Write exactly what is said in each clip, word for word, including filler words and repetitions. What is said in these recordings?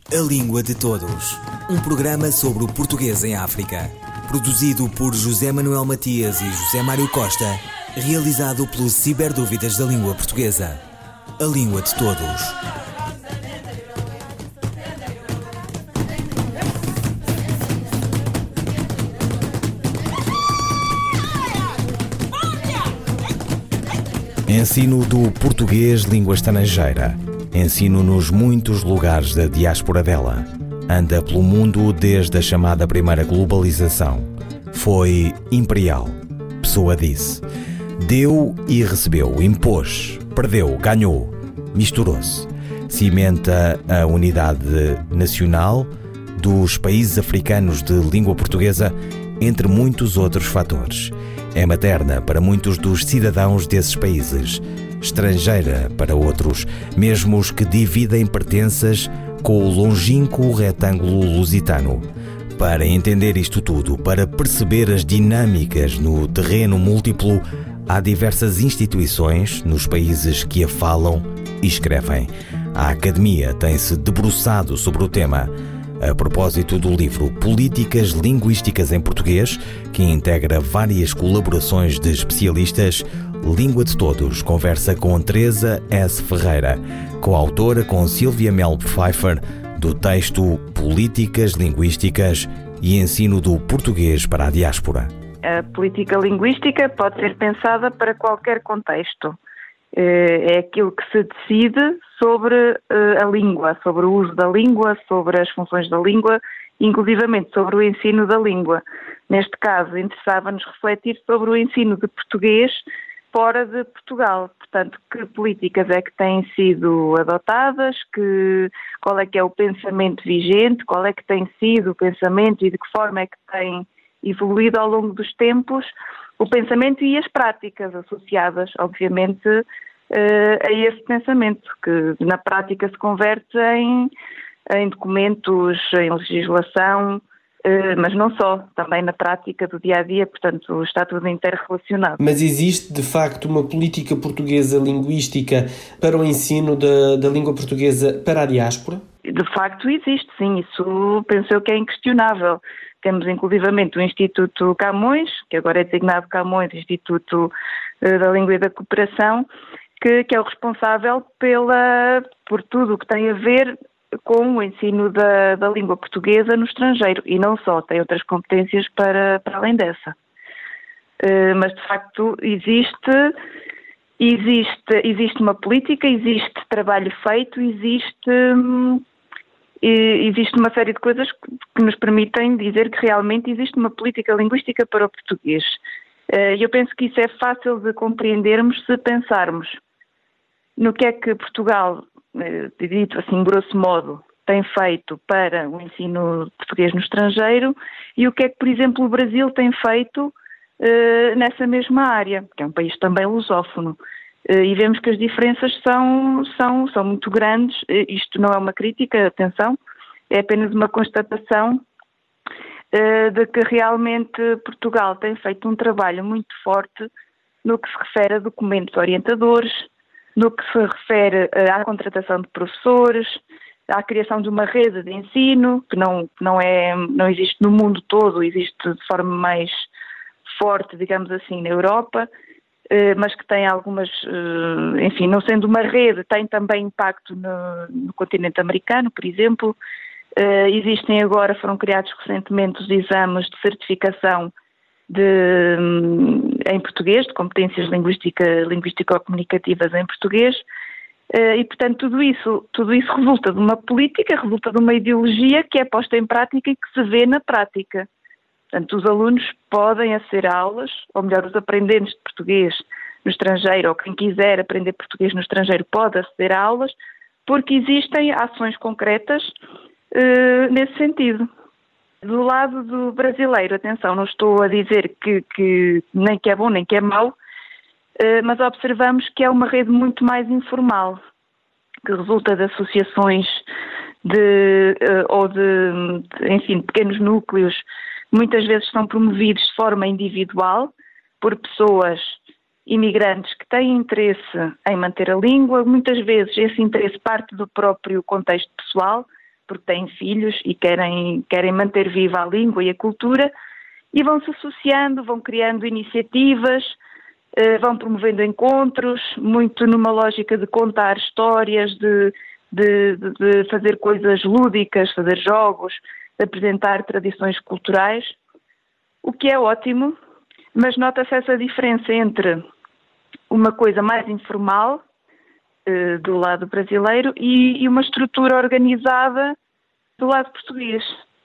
A Língua de Todos, um programa sobre o português em África, produzido por José Manuel Matias e José Mário Costa, realizado pelo Ciberdúvidas da Língua Portuguesa. A Língua de Todos. Ensino do português língua estrangeira. Ensino nos muitos lugares da diáspora dela. Anda pelo mundo desde a chamada primeira globalização. Foi imperial. Pessoa disse. Deu e recebeu, impôs, perdeu, ganhou, misturou-se. Cimenta a unidade nacional dos países africanos de língua portuguesa, entre muitos outros fatores. É materna para muitos dos cidadãos desses países, estrangeira para outros, mesmo os que dividem pertenças com o longínquo retângulo lusitano. Para entender isto tudo, para perceber as dinâmicas no terreno múltiplo, há diversas instituições nos países que a falam e escrevem. A Academia tem-se debruçado sobre o tema, a propósito do livro Políticas Linguísticas em Português, que integra várias colaborações de especialistas. Língua de Todos conversa com Teresa S. Ferreira, coautora com Silvia Mel Pfeiffer, do texto Políticas Linguísticas e Ensino do Português para a Diáspora. A política linguística pode ser pensada para qualquer contexto. É aquilo que se decide sobre a língua, sobre o uso da língua, sobre as funções da língua, inclusivamente sobre o ensino da língua. Neste caso, interessava-nos refletir sobre o ensino de português fora de Portugal. Portanto, que políticas é que têm sido adotadas, que, qual é que é o pensamento vigente, qual é que tem sido o pensamento e de que forma é que tem evoluído ao longo dos tempos o pensamento e as práticas associadas, obviamente, a esse pensamento, que na prática se converte em, em documentos, em legislação, mas não só, também na prática do dia-a-dia, portanto está tudo interrelacionado. Mas existe, de facto, uma política portuguesa linguística para o ensino da, da língua portuguesa para a diáspora? De facto existe, sim, isso penso eu que é inquestionável. Temos inclusivamente o Instituto Camões, que agora é designado Camões, Instituto da Língua e da Cooperação, que, que é o responsável pela, por tudo o que tem a ver com o ensino da, da língua portuguesa no estrangeiro, e não só, tem outras competências para, para além dessa. Uh, mas, de facto, existe, existe, existe uma política, existe trabalho feito, existe... Hum, E existe uma série de coisas que nos permitem dizer que realmente existe uma política linguística para o português. E eu penso que isso é fácil de compreendermos se pensarmos no que é que Portugal, dito assim grosso modo, tem feito para o ensino português no estrangeiro e o que é que, por exemplo, o Brasil tem feito nessa mesma área, que é um país também lusófono. E vemos que as diferenças são, são, são muito grandes. Isto não é uma crítica, atenção, é apenas uma constatação uh, de que realmente Portugal tem feito um trabalho muito forte no que se refere a documentos orientadores, no que se refere uh, à contratação de professores, à criação de uma rede de ensino, que não, não, é, não existe no mundo todo, existe de forma mais forte, digamos assim, na Europa, mas que tem algumas, enfim, não sendo uma rede, tem também impacto no, no continente americano, por exemplo. Existem agora, foram criados recentemente os exames de certificação de, em português, de competências linguística, linguístico-comunicativas em português, e, portanto, tudo isso, tudo isso resulta de uma política, resulta de uma ideologia que é posta em prática e que se vê na prática. Portanto, os alunos podem aceder a aulas, ou melhor, os aprendentes de português no estrangeiro, ou quem quiser aprender português no estrangeiro pode aceder a aulas, porque existem ações concretas uh, nesse sentido. Do lado do brasileiro, atenção, não estou a dizer que, que nem que é bom nem que é mau, uh, mas observamos que é uma rede muito mais informal, que resulta de associações de, uh, ou de, de, enfim, pequenos núcleos. Muitas vezes são promovidos de forma individual por pessoas imigrantes que têm interesse em manter a língua. Muitas vezes esse interesse parte do próprio contexto pessoal, porque têm filhos e querem, querem manter viva a língua e a cultura, e vão se associando, vão criando iniciativas, vão promovendo encontros, muito numa lógica de contar histórias, de, de, de fazer coisas lúdicas, fazer jogos, de apresentar tradições culturais, o que é ótimo, mas nota-se essa diferença entre uma coisa mais informal, do lado brasileiro, e, e uma estrutura organizada do lado português.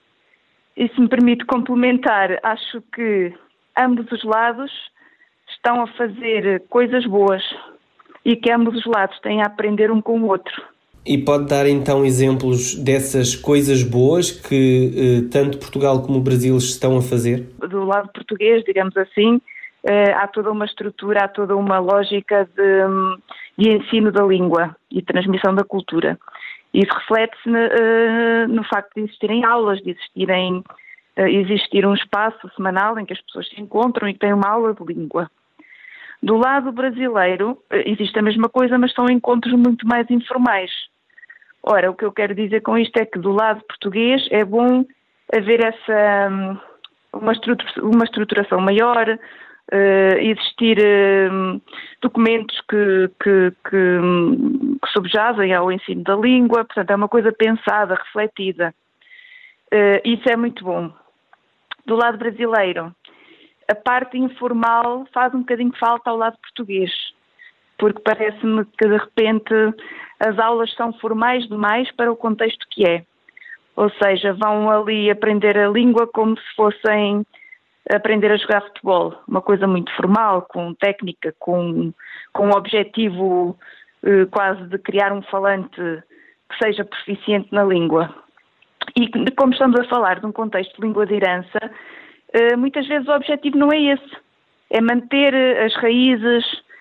E se me permite complementar, acho que ambos os lados estão a fazer coisas boas e que ambos os lados têm a aprender um com o outro. E pode dar então exemplos dessas coisas boas que eh, tanto Portugal como o Brasil estão a fazer? Do lado português, digamos assim, eh, há toda uma estrutura, há toda uma lógica de, de ensino da língua e transmissão da cultura. Isso reflete-se no, uh, no facto de existirem aulas, de existirem, uh, existir um espaço semanal em que as pessoas se encontram e que têm uma aula de língua. Do lado brasileiro, uh, existe a mesma coisa, mas são encontros muito mais informais. Ora, o que eu quero dizer com isto é que do lado português é bom haver essa, um, uma, estrutura, uma estruturação maior, Uh, existir uh, documentos que, que, que, que subjazem ao ensino da língua, portanto é uma coisa pensada, refletida. Uh, isso é muito bom. Do lado brasileiro, a parte informal faz um bocadinho de falta ao lado português, porque parece-me que de repente as aulas são formais demais para o contexto que é. Ou seja, vão ali aprender a língua como se fossem aprender a jogar futebol, uma coisa muito formal, com técnica, com, com o objetivo eh, quase de criar um falante que seja proficiente na língua. E como estamos a falar de um contexto de língua de herança, eh, muitas vezes o objetivo não é esse, é manter as raízes,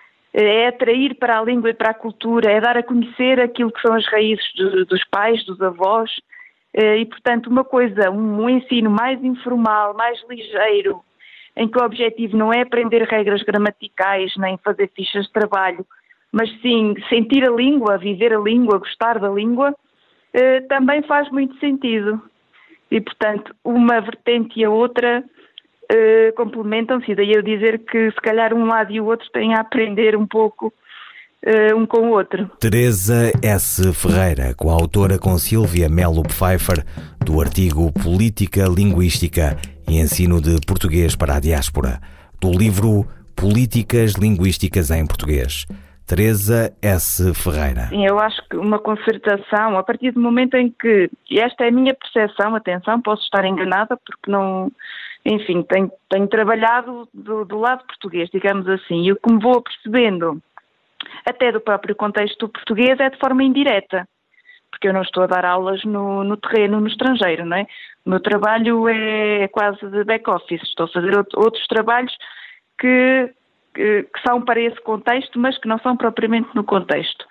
é atrair para a língua e para a cultura, é dar a conhecer aquilo que são as raízes do, dos pais, dos avós. E, portanto, uma coisa, um ensino mais informal, mais ligeiro, em que o objetivo não é aprender regras gramaticais, nem fazer fichas de trabalho, mas sim sentir a língua, viver a língua, gostar da língua, eh, também faz muito sentido. E, portanto, uma vertente e a outra eh, complementam-se. Daí eu dizer que, se calhar, um lado e o outro têm a aprender um pouco Uh, um com o outro. Teresa S. Ferreira, coautora com Silvia Melo Pfeiffer do artigo Política Linguística e Ensino de Português para a Diáspora, do livro Políticas Linguísticas em Português. Teresa S. Ferreira. Sim, eu acho que uma concertação, a partir do momento em que, e esta é a minha percepção, atenção, posso estar enganada, porque não, enfim, tenho, tenho trabalhado do, do lado português, digamos assim, e o que me vou percebendo até do próprio contexto português é de forma indireta, porque eu não estou a dar aulas no, no terreno, no estrangeiro, não é? O meu trabalho é quase de back-office, estou a fazer outros trabalhos que, que, que são para esse contexto, mas que não são propriamente no contexto.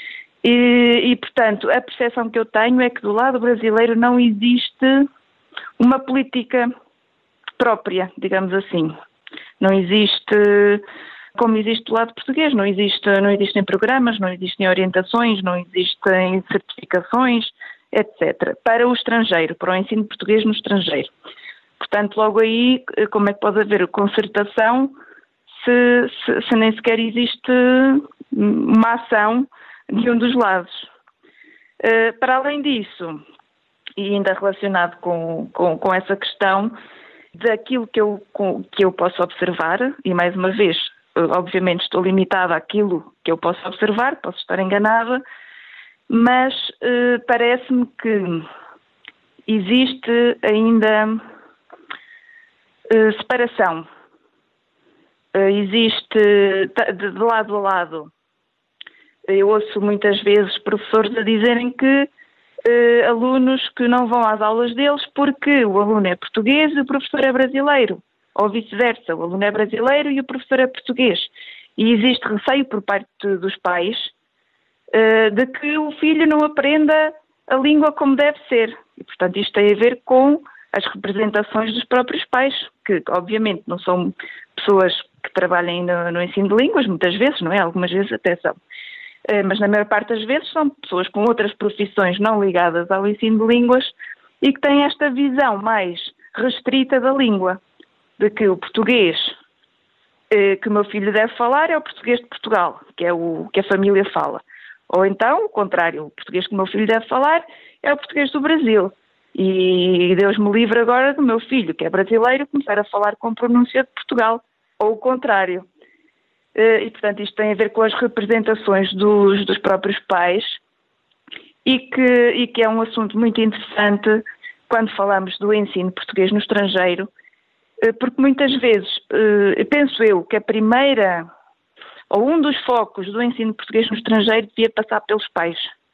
E, e, portanto, a percepção que eu tenho é que do lado brasileiro não existe uma política própria, digamos assim. Não existe... como existe do lado português, não, existe, não existem programas, não existem orientações, não existem certificações, etcétera, para o estrangeiro, para o ensino português no estrangeiro. Portanto, logo aí, como é que pode haver concertação se, se, se nem sequer existe uma ação de um dos lados? Uh, para além disso, e ainda relacionado com, com, com essa questão, daquilo que eu, com, que eu posso observar, e mais uma vez, obviamente estou limitada àquilo que eu posso observar, posso estar enganada, mas eh, parece-me que existe ainda eh, separação. Eh, existe de, de lado a lado. Eu ouço muitas vezes professores a dizerem que eh, alunos que não vão às aulas deles porque o aluno é português e o professor é brasileiro. Ou vice-versa, o aluno é brasileiro e o professor é português. E existe receio por parte dos pais uh, de que o filho não aprenda a língua como deve ser. E, portanto, isto tem a ver com as representações dos próprios pais, que, obviamente, não são pessoas que trabalhem no, no ensino de línguas, muitas vezes, não é? Algumas vezes até são. mas na maior parte das vezes são pessoas com outras profissões não ligadas ao ensino de línguas e que têm esta visão mais restrita da língua, de que o português que o meu filho deve falar é o português de Portugal, que é o que a família fala. Ou então, o contrário, o português que o meu filho deve falar é o português do Brasil. E Deus me livre agora do meu filho, que é brasileiro, começar a falar com pronúncia de Portugal, ou o contrário. E, portanto, isto tem a ver com as representações dos, dos próprios pais e que, e que é um assunto muito interessante quando falamos do ensino português no estrangeiro, porque muitas vezes, penso eu, que a primeira, ou um dos focos do ensino português no estrangeiro devia passar pelos pais.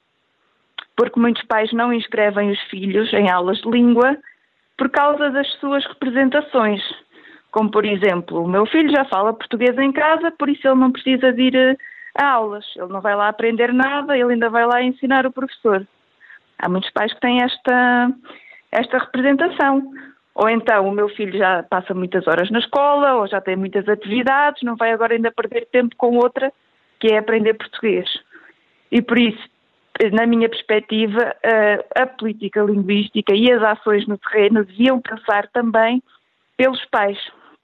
Porque muitos pais não inscrevem os filhos em aulas de língua por causa das suas representações. Como, por exemplo, o meu filho já fala português em casa, por isso ele não precisa de ir a aulas. Ele não vai lá aprender nada, ele ainda vai lá ensinar o professor. Há muitos pais que têm esta, esta representação. Ou então o meu filho já passa muitas horas na escola, ou já tem muitas atividades, não vai agora ainda perder tempo com outra, que é aprender português. E por isso, na minha perspectiva, a, a política linguística e as ações no terreno deviam passar também pelos pais.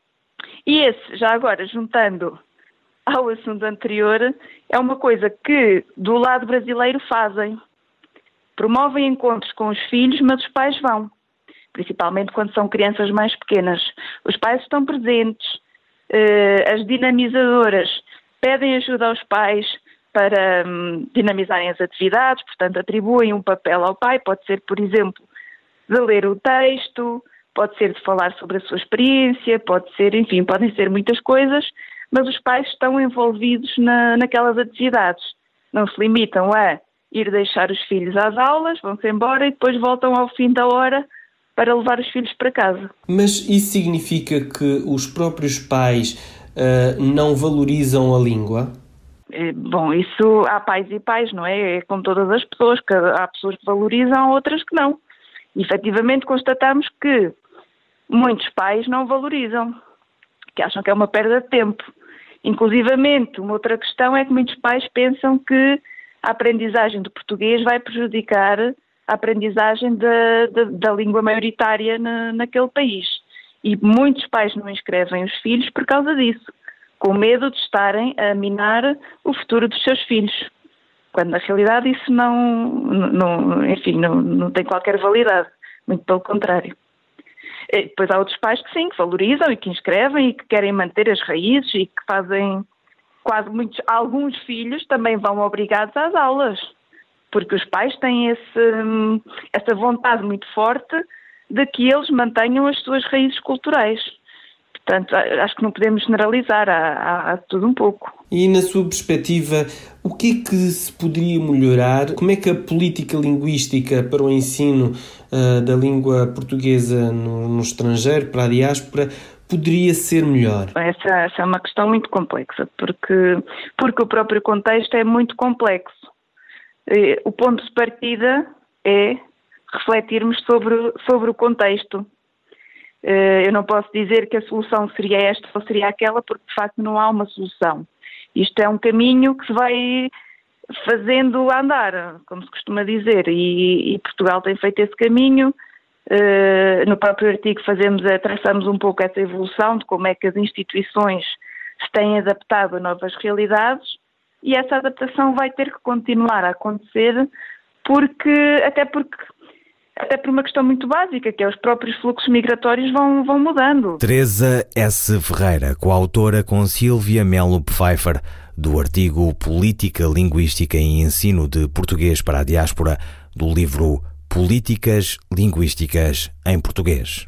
E esse, já agora, juntando ao assunto anterior, é uma coisa que do lado brasileiro fazem. Promovem encontros com os filhos, mas os pais vão. Principalmente quando são crianças mais pequenas. Os pais estão presentes, as dinamizadoras pedem ajuda aos pais para um, dinamizarem as atividades, portanto atribuem um papel ao pai, pode ser, por exemplo, de ler o texto, pode ser de falar sobre a sua experiência, pode ser, enfim, podem ser muitas coisas, mas os pais estão envolvidos na, naquelas atividades. Não se limitam a ir deixar os filhos às aulas, vão-se embora e depois voltam ao fim da hora para levar os filhos para casa. Mas isso significa que os próprios pais uh, não valorizam a língua? É, bom, isso há pais e pais, não é? É como todas as pessoas, que há pessoas que valorizam, outras que não. E, efetivamente, constatamos que muitos pais não valorizam, que acham que é uma perda de tempo. Inclusivamente, uma outra questão é que muitos pais pensam que a aprendizagem do português vai prejudicar a aprendizagem da, da, da língua maioritária na, naquele país. E muitos pais não inscrevem os filhos por causa disso, com medo de estarem a minar o futuro dos seus filhos, quando na realidade isso não, não, enfim, não, não tem qualquer validade, muito pelo contrário. E depois há outros pais que sim, que valorizam e que inscrevem e que querem manter as raízes e que fazem quase muitos, alguns filhos também vão obrigados às aulas, porque os pais têm esse, essa vontade muito forte de que eles mantenham as suas raízes culturais. Portanto, acho que não podemos generalizar, há, há, há tudo um pouco. E na sua perspectiva, o que é que se poderia melhorar? Como é que a política linguística para o ensino uh, da língua portuguesa no, no estrangeiro, para a diáspora, poderia ser melhor? Essa, essa é uma questão muito complexa, porque, porque o próprio contexto é muito complexo. O ponto de partida é refletirmos sobre, sobre o contexto. Eu não posso dizer que a solução seria esta ou seria aquela, porque de facto não há uma solução. Isto é um caminho que se vai fazendo andar, como se costuma dizer, e, e Portugal tem feito esse caminho. No próprio artigo fazemos, traçamos um pouco essa evolução de como é que as instituições se têm adaptado a novas realidades. E essa adaptação vai ter que continuar a acontecer, porque, até, porque, até por uma questão muito básica, que é os próprios fluxos migratórios vão, vão mudando. Teresa S. Ferreira, coautora com Silvia Melo Pfeiffer, do artigo Política Linguística e Ensino de Português para a Diáspora, do livro Políticas Linguísticas em Português.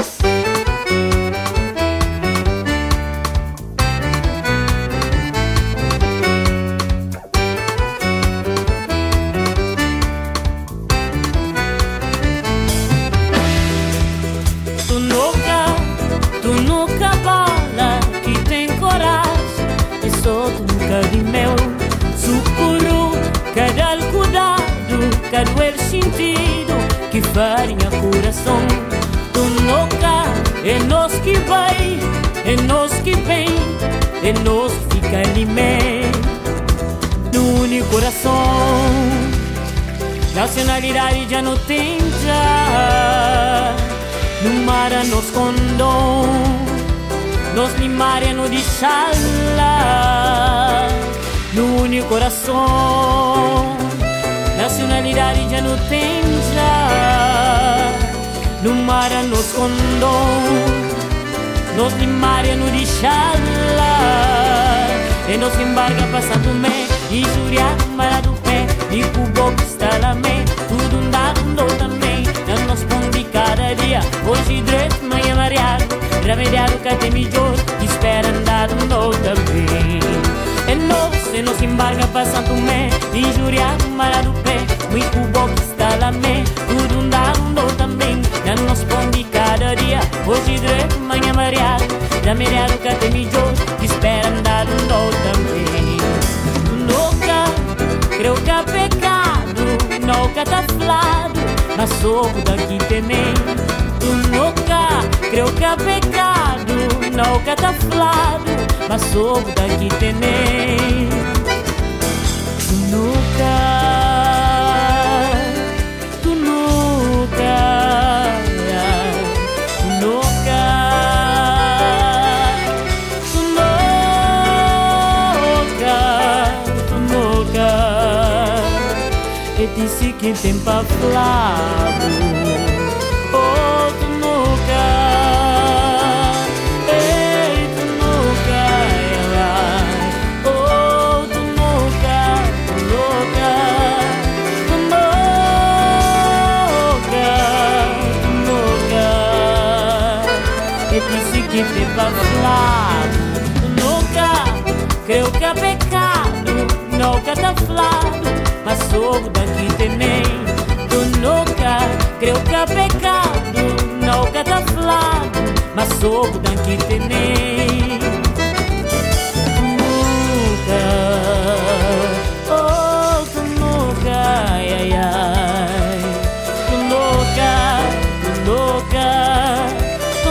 Cada doer sentido que farinha coração. Tu nunca é nós que vai, é nós que vem, é nós que fica ali mesmo. único coração. Nacionalidade já não tem já. No mar nos condom, nos limare no deixá-la. No único coração. Nacionalidade já não tem já. No mar nos condom, nos limare no deixá-la. E nos embarga passando me e juria mara do pé e cubo que está lá me tudo um dado um do também não nos põe cada dia hoje direito manhã mareado remediado que até melhor espera andar um do também e nós e nos embarga passando me e juria mara do pé e cubo que está lá me tudo um dado um do também não nos põe cada dia hoje direito manhã mareado remediado que até melhor espera andar um do também nunca creu que é pecado nunca tá falado mas sou daqui também tu nunca creu que é pecado nunca tá falado mas sou daqui também tu nunca tu nunca disse que tem pra falar. Oh, tu nunca, ei, tu nunca, ela. Oh, tu nunca, tu nunca, tu nunca, tu nunca. E disse que tem pra falar. Tu nunca, creu que é pecado, nunca tá falado. Mas sou daqui também. Tu nunca creu que é pecado nunca tá falado. Mas sou daqui também. Tu nunca, oh, tu nunca, ai, ai. Tu nunca, tu nunca, tu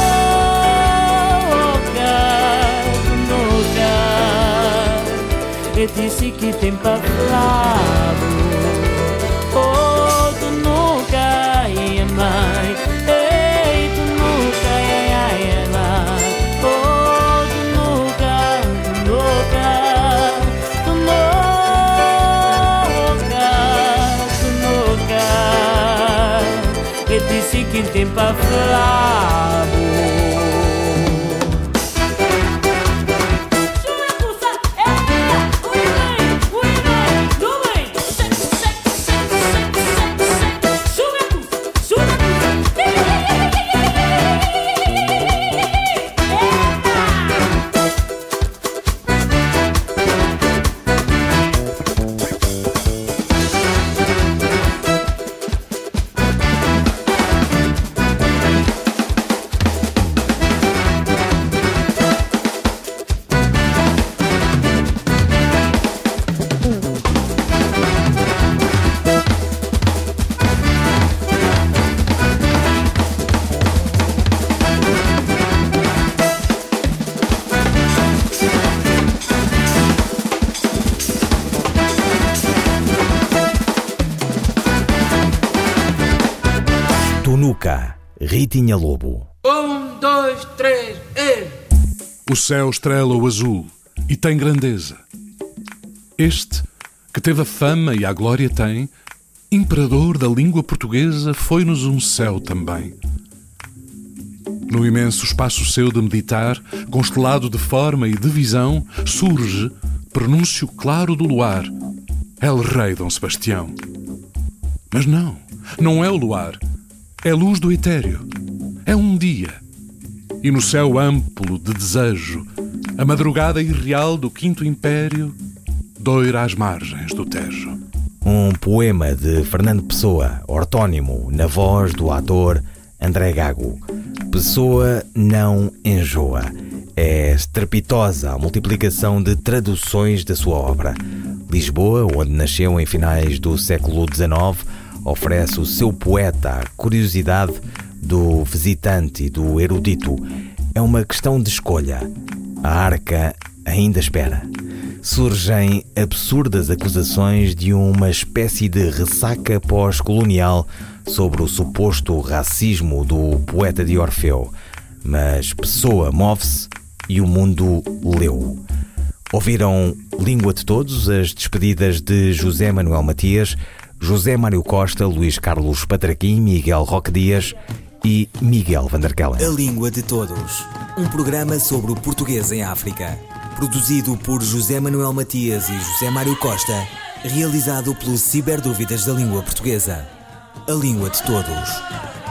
nunca, tu nunca. E disse que tem pra falar. Oh, tu nunca, ai, mãe. Ei, tu nunca, ai, ai, mãe. Oh, tu nunca, tu nunca, tu nunca, tu nunca. E disse que tem pra falar. Tunuca, Ritinha Lobo. Um, dois, três, e... O céu estrela o azul e tem grandeza. Este, que teve a fama e a glória tem, imperador da língua portuguesa, foi-nos um céu também. No imenso espaço seu de meditar, constelado de forma e de visão, surge, pronúncio claro do luar, El Rei Dom Sebastião. Mas não, não é o luar, é luz do etéreo, é um dia. E no céu amplo de desejo, a madrugada irreal do Quinto Império doira às margens do Tejo. Um poema de Fernando Pessoa, ortónimo, na voz do ator André Gago. Pessoa não enjoa. É estrepitosa a multiplicação de traduções da sua obra. Lisboa, onde nasceu em finais do século dezenove, oferece o seu poeta à curiosidade do visitante e do erudito. É uma questão de escolha. A arca ainda espera. surgem absurdas acusações de uma espécie de ressaca pós-colonial sobre o suposto racismo do poeta de Orfeu. Mas Pessoa move-se e o mundo leu. Ouviram Língua de Todos, as despedidas de José Manuel Matias, José Mário Costa, Luís Carlos Patraquim, Miguel Roque Dias e Miguel van der Kellen. A Língua de Todos, um programa sobre o português em África. Produzido por José Manuel Matias e José Mário Costa, realizado pelo Ciberdúvidas da Língua Portuguesa. A Língua de Todos.